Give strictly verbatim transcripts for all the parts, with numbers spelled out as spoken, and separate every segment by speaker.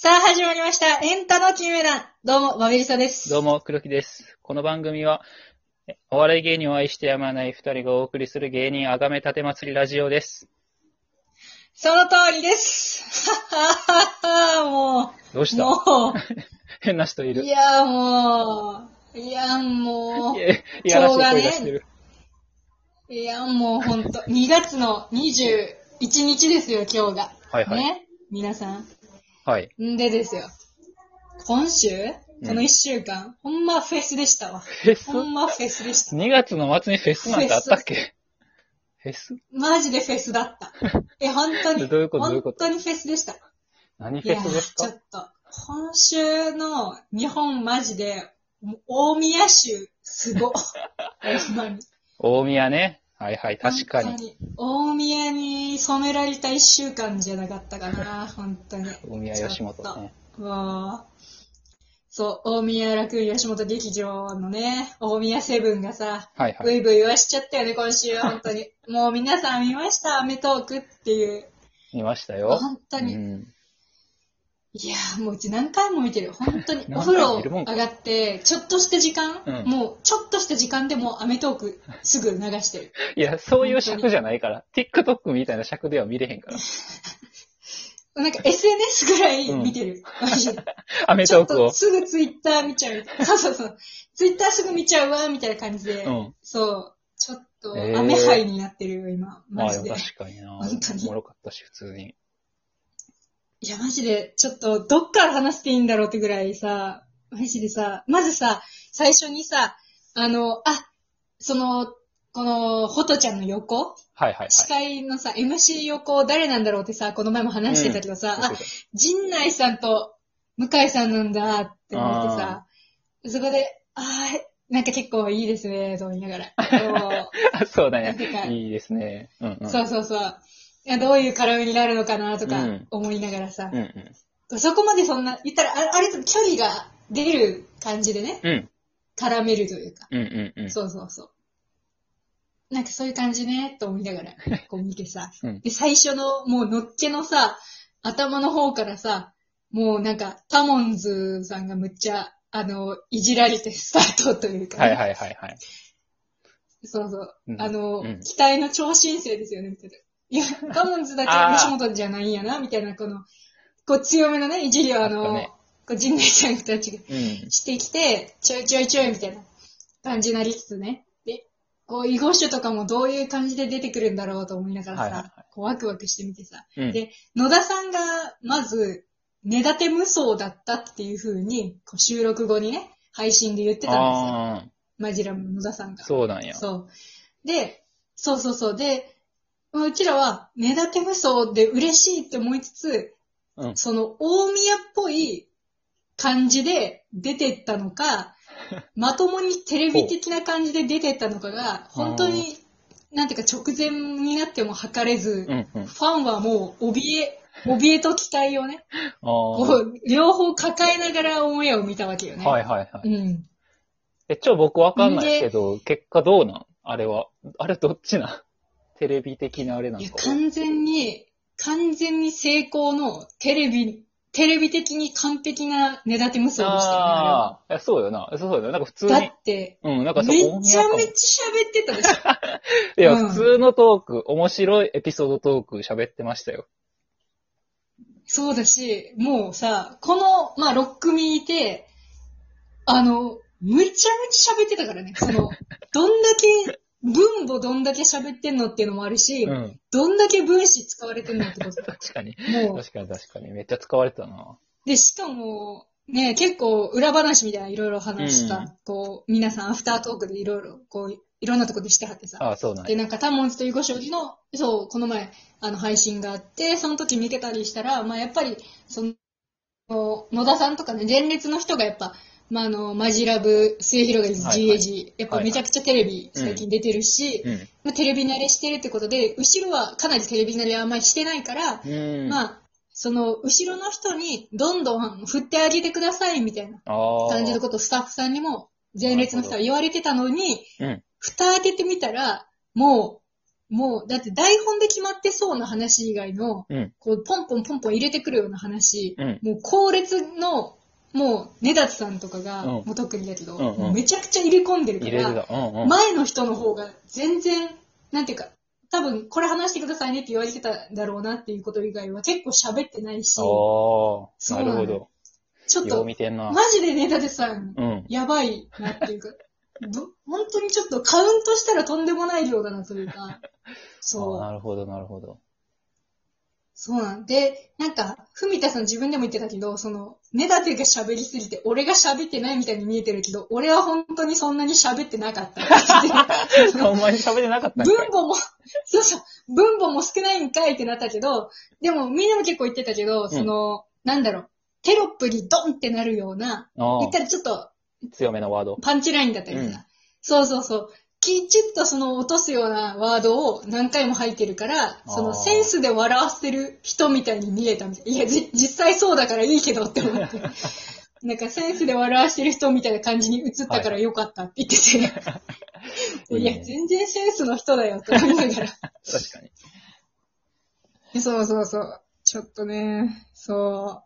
Speaker 1: さあ始まりました。エンタの金メダル。どうも、バビリサです。
Speaker 2: どうも、黒木です。この番組は、お笑い芸人を愛してやまない二人がお送りする芸人あがめたて祭りラジオです。
Speaker 1: その通りです。はははもう。
Speaker 2: どうした
Speaker 1: もう。
Speaker 2: 変な人いる。
Speaker 1: いや、もう。いや、もう。
Speaker 2: いや、いやらしい
Speaker 1: 今日がね、
Speaker 2: 声出してる。
Speaker 1: いや、もうほんと、にがつのにじゅういちにちですよ、今日が。
Speaker 2: はいはい。
Speaker 1: ね。皆さん。
Speaker 2: はい。
Speaker 1: んでですよ。今週
Speaker 2: うん
Speaker 1: このいっしゅうかん、ほんまフェスでしたわ。
Speaker 2: フェス
Speaker 1: ほんまフェスでした。
Speaker 2: ?に 月の末にフェスなんてあったっけフェス
Speaker 1: マジでフェスだった。え、本当に。
Speaker 2: どういうことどういうこと
Speaker 1: 本当にフェスでした。
Speaker 2: 何フ
Speaker 1: いやー、
Speaker 2: ェスですか
Speaker 1: ちょっと、今週の日本マジで、大宮州、すご。ほんまに。
Speaker 2: 大宮ね。はいはい、確かに。
Speaker 1: 本当に。大宮に染められた一週間じゃなかったかな、本当に。
Speaker 2: 大宮吉本ね。
Speaker 1: もう、そう、大宮楽園吉本劇場のね、大宮セブンがさ、
Speaker 2: はいはい。
Speaker 1: ブイブイ言わしちゃったよね、今週は、本当に。もう皆さん見ました、アメトークっていう。
Speaker 2: 見ましたよ。
Speaker 1: 本当に。
Speaker 2: うん
Speaker 1: いやーもううち何回も見てる。本当に。お
Speaker 2: 何回
Speaker 1: 風呂
Speaker 2: も見るもんか
Speaker 1: 上がって、ちょっとした時間、
Speaker 2: うん
Speaker 1: もうちょっとした時間でもアメトークすぐ流してる。
Speaker 2: いや、そういう尺じゃないから。TikTok みたいな尺では見れへんから。
Speaker 1: なんか エスエヌエス ぐらい見てる。マジで。
Speaker 2: アメ
Speaker 1: ちょっ
Speaker 2: トークを
Speaker 1: と。すぐツイッター見ちゃう。そうそうそう。ツイッターすぐ見ちゃうわ、みたいな感じで。
Speaker 2: うん
Speaker 1: そう。ちょっと、
Speaker 2: えー
Speaker 1: 雨ハイになってるよ、今。
Speaker 2: まあでも
Speaker 1: マジで。
Speaker 2: 確かにな。
Speaker 1: 本当に
Speaker 2: おもろかったし、普通に。
Speaker 1: いや、マジで、ちょっと、どっから話していいんだろうってぐらいさ、マジでさ、まずさ、最初にさ、あの、あ、その、この、ホトちゃんの横
Speaker 2: はいはいはい。
Speaker 1: 司会のさ、エムシー 横誰なんだろうってさ、この前も話してたけどさ、あ、陣内さんと向井さんなんだって思ってさ、そこで、あー、なんか結構いいですね、と思いながら。
Speaker 2: あそうだね
Speaker 1: てか。
Speaker 2: いいですね。うんうん。
Speaker 1: そうそうそう。いやどういう絡みになるのかなとか
Speaker 2: うん
Speaker 1: 思いながらさ、
Speaker 2: うんうん。
Speaker 1: そこまでそんな、言ったら、ああれと距離が出る感じでね、
Speaker 2: うん。
Speaker 1: 絡めるというか。
Speaker 2: うんうんうん。
Speaker 1: そうそうそう。なんかそういう感じね、と思いながら、こう見てさ。
Speaker 2: うん
Speaker 1: で、最初の、もうのっけのさ、頭の方からさ、もうなんか、タモンズさんがむっちゃ、あの、いじられてスタートというか、ね。
Speaker 2: はいはいはいはい。
Speaker 1: そうそう。
Speaker 2: うん
Speaker 1: あの、
Speaker 2: うん
Speaker 1: 期待の超新星ですよね、みたいな。いや、タモンズだけ吉本じゃないんやな、みたいな、この、こう強めのね、いじりをあの、
Speaker 2: あったね
Speaker 1: こう陣内さんたちが
Speaker 2: うん。
Speaker 1: してきて、ちょいちょいちょいみたいな感じになりつつね。で、こう、囲碁種とかもどういう感じで出てくるんだろうと思いながらさ、
Speaker 2: はいはいはい
Speaker 1: こうワクワクしてみてさ。
Speaker 2: うん。
Speaker 1: で、野田さんが、まず、根立て無双だったっていう風に、こう収録後にね、配信で言ってたんですよ。
Speaker 2: ああ、
Speaker 1: マジラムの野田さんが。
Speaker 2: そうなんや。
Speaker 1: そう。で、そうそうそう。で、うちらは、根立て無双で嬉しいって思いつつ、
Speaker 2: うん。
Speaker 1: その、大宮っぽい感じで出てったのか、まともにテレビ的な感じで出てったのかが、本当に、なんていうか直前になっても測れず、
Speaker 2: うんうん。
Speaker 1: ファンはもう、怯え、怯えと期待をね、
Speaker 2: あ
Speaker 1: こう、両方抱えながらオンエアを見たわけよ
Speaker 2: あ。
Speaker 1: ね。
Speaker 2: はいはいはい。
Speaker 1: うん。
Speaker 2: え、ちょ、僕わかんないけど、結果どうなんあれは。あれどっちなんテレビ的なあれなん
Speaker 1: いや、
Speaker 2: か。
Speaker 1: 完全に、完全に成功のテレビ、テレビ的に完璧な根立て無双でしたよね、あれは。
Speaker 2: ああ、いやそうよな。そうよな。なんか普通
Speaker 1: だ
Speaker 2: に。
Speaker 1: って、
Speaker 2: うん、なんかそう、
Speaker 1: めちゃ
Speaker 2: 大宮かも
Speaker 1: めちゃ喋ってたでしょ。
Speaker 2: いや、
Speaker 1: うん
Speaker 2: 普通のトーク、面白いエピソードトーク喋ってましたよ。
Speaker 1: そうだし、もうさ、この、まあ、ろっくみいて、あの、むちゃむちゃ喋ってたからね。その、どんだけ、文母どんだけ喋ってんのっていうのもあるし、
Speaker 2: うん。
Speaker 1: どんだけ分子使われてんのってこと。
Speaker 2: 確かに。
Speaker 1: もう、
Speaker 2: 確かに確かに。めっちゃ使われてたな。
Speaker 1: で、しかも、ね、結構裏話みたいないろいろ話した、
Speaker 2: うん
Speaker 1: こう、皆さんアフタートークでいろいろ、こう、いろんなとこでしてはってさ。
Speaker 2: ああ、そうなん
Speaker 1: で、
Speaker 2: や。
Speaker 1: なんか、タモンズと囲碁将棋の、そう、この前、あの、配信があって、その時見てたりしたら、まあ、やっぱり、その、野田さんとかね、前列の人がやっぱ、まあ、あの、マジラブ、末広がり ジーエージー、やっぱめちゃくちゃテレビ最近出てるし、
Speaker 2: うん。
Speaker 1: まあ、テレビ慣れしてるってことで、後ろはかなりテレビ慣れあんまりしてないから、
Speaker 2: うん。
Speaker 1: まあ、その、後ろの人にどんどん振ってあげてくださいみたいな
Speaker 2: ああ。
Speaker 1: 感じのことをスタッフさんにも前列の人は言われてたのに、
Speaker 2: うん。
Speaker 1: 蓋開けてみたら、ももう、だって台本で決まってそうな話以外の、
Speaker 2: うん。
Speaker 1: こう、ポンポンポンポン入れてくるような話、
Speaker 2: うん。
Speaker 1: もう後列の、もう、根立さんとかが、
Speaker 2: うん
Speaker 1: もう特にだけど、
Speaker 2: うんうん
Speaker 1: もうめちゃくちゃ入れ込んでるか
Speaker 2: 入れて
Speaker 1: ら、
Speaker 2: た。うんうん。
Speaker 1: 前の人の方が全然、なんていうか、多分これ話してくださいねって言われてたんだろうなっていうこと以外は結構喋ってないし、
Speaker 2: ああ、
Speaker 1: そうなの
Speaker 2: なるほど。よう
Speaker 1: ちょっと、
Speaker 2: 見てんな。
Speaker 1: マジで根立さん、
Speaker 2: うん。
Speaker 1: やばいなっていうか、ど本当にちょっとカウントしたらとんでもない量だなというか、そう。
Speaker 2: あーなるほど、なるほど。
Speaker 1: そうなんで、なんか、文田さん自分でも言ってたけど、その、根立が喋りすぎて、俺が喋ってないみたいに見えてるけど、俺は本当にそんなに喋ってなかった。
Speaker 2: ほんまに喋ってなかったんかい。
Speaker 1: 分母も、そうそう、分母も少ないんかいってなったけど、でもみんなも結構言ってたけど、その、なんだろう、テロップにドンってなるような、
Speaker 2: あ
Speaker 1: 言ったらちょっと
Speaker 2: ー強めのワード。
Speaker 1: パンチラインだったりさ、
Speaker 2: うん
Speaker 1: そうそうそう、きちっとその落とすようなワードを何回も入ってるから、そのセンスで笑わせる人みたいに見えたみたい。いや、じ実際そうだからいいけどって思って。なんかセンスで笑わせてる人みたいな感じに映ったからよかったって言ってて。
Speaker 2: いい
Speaker 1: いや、
Speaker 2: ね
Speaker 1: 全然センスの人だよって思いながら。
Speaker 2: 確かに。
Speaker 1: そうそうそう。ちょっとね、そう。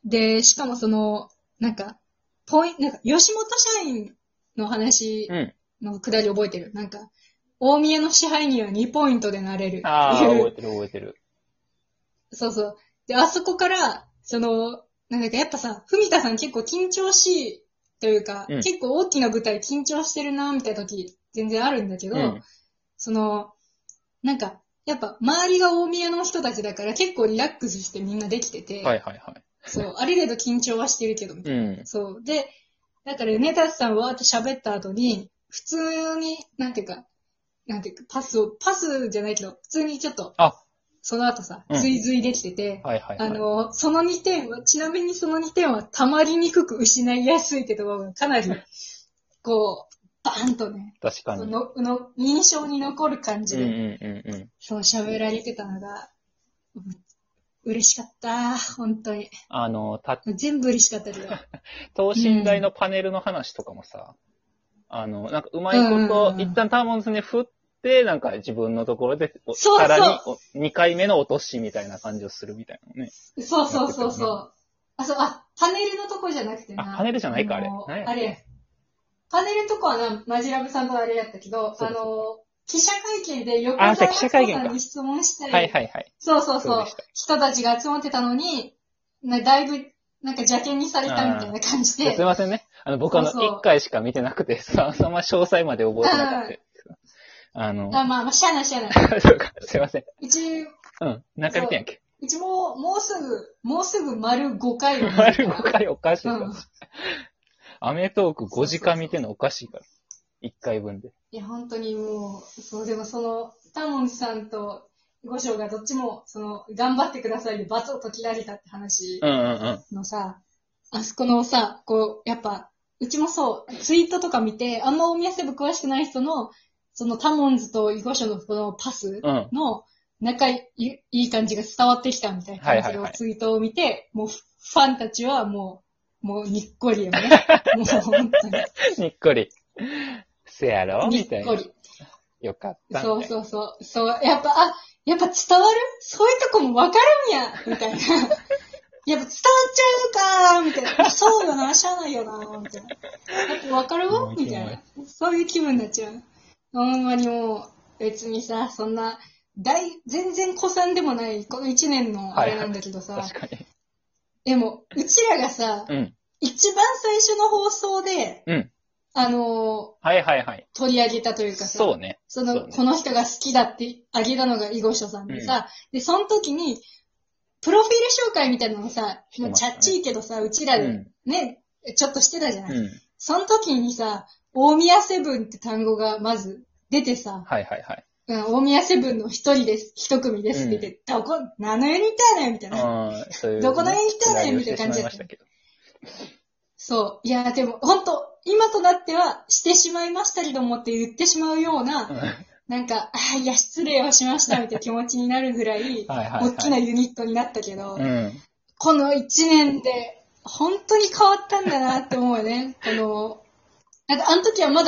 Speaker 1: で、しかもその、なんか、ポイント、なんか、吉本社員の話
Speaker 2: うん。
Speaker 1: のくだり覚えてる。なんか、大宮の支配にはにポイントでなれるって
Speaker 2: ああ、
Speaker 1: いう。
Speaker 2: 覚えてる覚えてる。
Speaker 1: そうそう。で、あそこから、その、なんかやっぱさ、文田さん結構緊張しいというか、
Speaker 2: うん
Speaker 1: 結構大きな舞台緊張してるな、みたいな時、全然あるんだけど、
Speaker 2: うん。
Speaker 1: その、なんか、やっぱ周りが大宮の人たちだから結構リラックスしてみんなできてて、
Speaker 2: はいはいはい。
Speaker 1: そう、ある程度緊張はしてるけど、みたいな。
Speaker 2: うん。
Speaker 1: そう。で、だからネタスさんはわーって喋った後に、普通に、なんていうか、なんていうか、パスを、パスじゃないけど、普通にちょっと、
Speaker 2: あ、
Speaker 1: その後さ、
Speaker 2: うん
Speaker 1: 追随できてて、
Speaker 2: はいはいはい。
Speaker 1: あの、そのにてんは、ちなみにそのにてんは溜まりにくく失いやすいってところがかなり、こう、バーンとね、
Speaker 2: 確かに。
Speaker 1: そのの印象に残る感じ
Speaker 2: うんうん
Speaker 1: で、
Speaker 2: うんうん。
Speaker 1: そう喋られてたのが、うん嬉しかった。本当に。
Speaker 2: あの、た、
Speaker 1: 全部嬉しかったけど。
Speaker 2: 等身大のパネルの話とかもさ、あの、なんかうまい
Speaker 1: うんうん
Speaker 2: こと、
Speaker 1: うん
Speaker 2: 一旦ターモンズに振って、なんか自分のところで、お
Speaker 1: そうそう
Speaker 2: さらにおにかいめの落としみたいな感じをするみたいなのね。
Speaker 1: そうそうそうそう。あ、そう、あ、パネルのとこじゃなくてな。
Speaker 2: あパネルじゃないかあれ
Speaker 1: の
Speaker 2: 何やっけ
Speaker 1: あれ。パネルのとこはな、マジラブさんとあれやったけど、
Speaker 2: そうそう
Speaker 1: あの、記者会見で横
Speaker 2: あ
Speaker 1: 澤夏子
Speaker 2: そう記者会見か
Speaker 1: さんに質問したり、
Speaker 2: はいはいはい。
Speaker 1: そうそうそう
Speaker 2: そうでした
Speaker 1: 人たちが集まってたのに、なだいぶ、なんか邪険にされたみたいな感じ
Speaker 2: すい
Speaker 1: で、
Speaker 2: ませんね。あの、僕あの、
Speaker 1: そうそう
Speaker 2: 一回しか見てなくて、さ、そんま詳細まで覚えてなかったです。あの、
Speaker 1: あ、まあまあ、しゃあないしゃあない。
Speaker 2: そうか、すいません。
Speaker 1: うち、
Speaker 2: うん。何回見てんやっけ
Speaker 1: うちも、もうすぐ、もうすぐ丸ごかいを見る
Speaker 2: 丸ごかいおかしいから。
Speaker 1: うん
Speaker 2: アメトークごじかん見てんのおかしいから。いっかいぶんで。
Speaker 1: いや、本当にもう、そう、でもその、タモンさんと五章がどっちも、その、頑張ってくださいで罰を解きられたって話
Speaker 2: うんうんうん。
Speaker 1: のさ、あそこのさ、こう、やっぱ、うちもそう、ツイートとか見て、あんま大宮セブ詳しくない人の、そのタモンズと囲碁書のこのパス
Speaker 2: うん。
Speaker 1: の仲いいいい感じが伝わってきたみたいな感じ
Speaker 2: はいはいはい
Speaker 1: のツイートを見て、もうファンたちはもう、もうにっこりよね。もう本当に。
Speaker 2: にっこり。せやろ
Speaker 1: に
Speaker 2: みたいな。
Speaker 1: っこり。
Speaker 2: よかった。
Speaker 1: そうそうそう。そう、やっぱ、あ、やっぱ伝わるそういうとこもわかるんやみたいな。やっぱ伝わっちゃうかみたいな。そうよな、しゃあないよなみたいな。やっぱわかるわみたいな。そういう気分になっちゃう。ほんまにもう、別にさ、そんな、大、全然古参でもない、この一年のあれなんだけどさ、
Speaker 2: 確かに。
Speaker 1: でも、うちらがさ、
Speaker 2: うん。
Speaker 1: 一番最初の放送で、
Speaker 2: うん。
Speaker 1: あの
Speaker 2: はいはいはい。
Speaker 1: ー取り上げたというかさ、
Speaker 2: そうね。
Speaker 1: その、
Speaker 2: そうね
Speaker 1: この人が好きだってあげたのが囲碁書さんでさ、で、その時に、プロフィール紹介みたいなのさ、もうチャッチーけどさ、うちらでね、ちょっとしてたじゃない、
Speaker 2: うん。
Speaker 1: その時にさ、大宮セブンって単語がまず出てさ、
Speaker 2: はいはいはい。
Speaker 1: うん、大宮セブンの一人です、一組ですって言って、どこ、何のユニットやねんみたいな。
Speaker 2: ああ、そういう、
Speaker 1: どこのユニットやねんみたいな感じだった
Speaker 2: してしまいましたけど。
Speaker 1: そう。いや、でも、ほんと、今となっては、してしまいましたけどもって言ってしまうような、なんか、あいや、失礼をしましたみたいな気持ちになるぐらい、
Speaker 2: はいはいはい
Speaker 1: 大きなユニットになったけど、
Speaker 2: うん。
Speaker 1: この一年で、本当に変わったんだなって思うよね。この、なんか、あの時はまだ、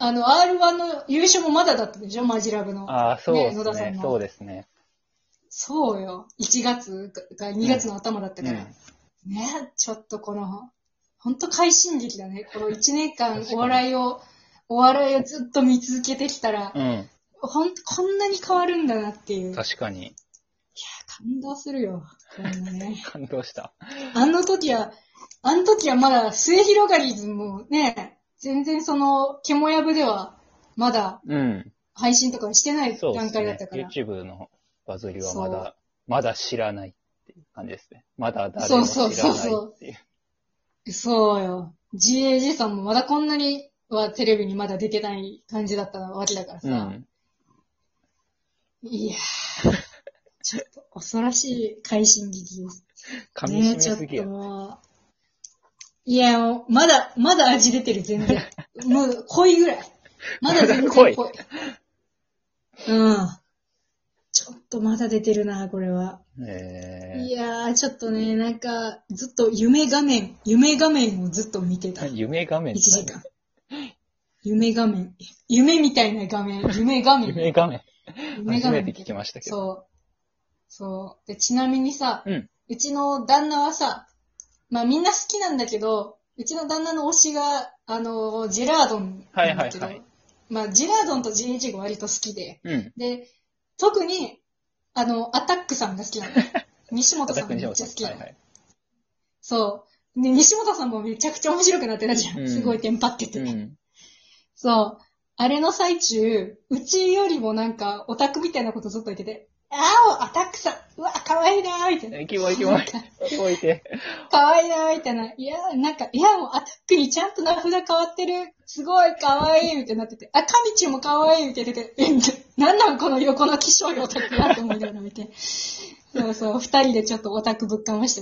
Speaker 1: あの、アールワン の優勝もまだだったでしょ、マジラブの。
Speaker 2: ああ、そうです
Speaker 1: 野田さん
Speaker 2: ね。
Speaker 1: の
Speaker 2: そうですね。
Speaker 1: そうよ。いちがつかにがつの頭だったから。
Speaker 2: うん
Speaker 1: ね、ちょっとこの、ほんと快進撃だね。このいちねんかん
Speaker 2: 確かに
Speaker 1: お笑いを、お笑いをずっと見続けてきたら、
Speaker 2: うん。
Speaker 1: ほんとこんなに変わるんだなっていう。いや、
Speaker 2: 確かに。
Speaker 1: 感動するよ。こんなね。
Speaker 2: 感動した。
Speaker 1: あの時は、あの時はまだ末広がりずもね、全然その、ケモヤブでは、まだ
Speaker 2: うん。
Speaker 1: 配信とかしてない段
Speaker 2: そうですね
Speaker 1: 階だったから。。
Speaker 2: YouTube のバズりはま
Speaker 1: そ
Speaker 2: だ、まだ知らないっていう感じですね。まだ誰も知
Speaker 1: そうそうそう
Speaker 2: らない
Speaker 1: そう
Speaker 2: っていう。
Speaker 1: そうよ。ジーエージー さんもまだこんなにはテレビにまだ出てない感じだったわけだからさ。
Speaker 2: うん。
Speaker 1: いやー、ちょっと恐ろしい快進撃です。
Speaker 2: 噛み締めすぎや。
Speaker 1: ね、ちょっともう。いや、もうまだ、まだ味出てる、全然。もう、濃いぐらい。まだ全然濃い。
Speaker 2: まだ
Speaker 1: うん。ちょっとまだ出てるな、これは。
Speaker 2: え
Speaker 1: いやー、ちょっとね、なんか、ずっと夢画面、夢画面をずっと見てた。
Speaker 2: ー、夢画面
Speaker 1: いちじかん。夢画面。夢みたいな画面。夢画面。
Speaker 2: 夢画面。
Speaker 1: 夢画面
Speaker 2: 初めて聞きましたけど。
Speaker 1: そう。そう。で、ちなみにさ、
Speaker 2: うん。
Speaker 1: うちの旦那はさ、まあみんな好きなんだけど、うちの旦那の推しが、あの、ジェラードンなんだけど、
Speaker 2: はいはいはい
Speaker 1: まあジェラードンと ジーエイチ が割と好きで、
Speaker 2: うん。
Speaker 1: で、特に、あの、アタックさんが好きなの。西本さんがめっちゃ好きなの。
Speaker 2: はいはい。
Speaker 1: そう。で、西本さんもめちゃくちゃ面白くなってたじゃん。
Speaker 2: うん
Speaker 1: すごいテンパってて。
Speaker 2: うん。
Speaker 1: そう。あれの最中、うちよりもなんか、オタクみたいなことずっと言ってて、あー、アタックさん、うわ、かわいいなー、みたいな。
Speaker 2: え、キモいキモい。動いて。
Speaker 1: かわいいなー、みたいな。いや、なんか、いや、もうアタックにちゃんと名札変わってる。すごいかわいい、みたいになってて。あ、カミチもかわいい、みたいな言ってて。え、みたいな。なんなんこの横の気象いオタクやと思いながら見て。そうそう、二人でちょっとオタクぶっかまして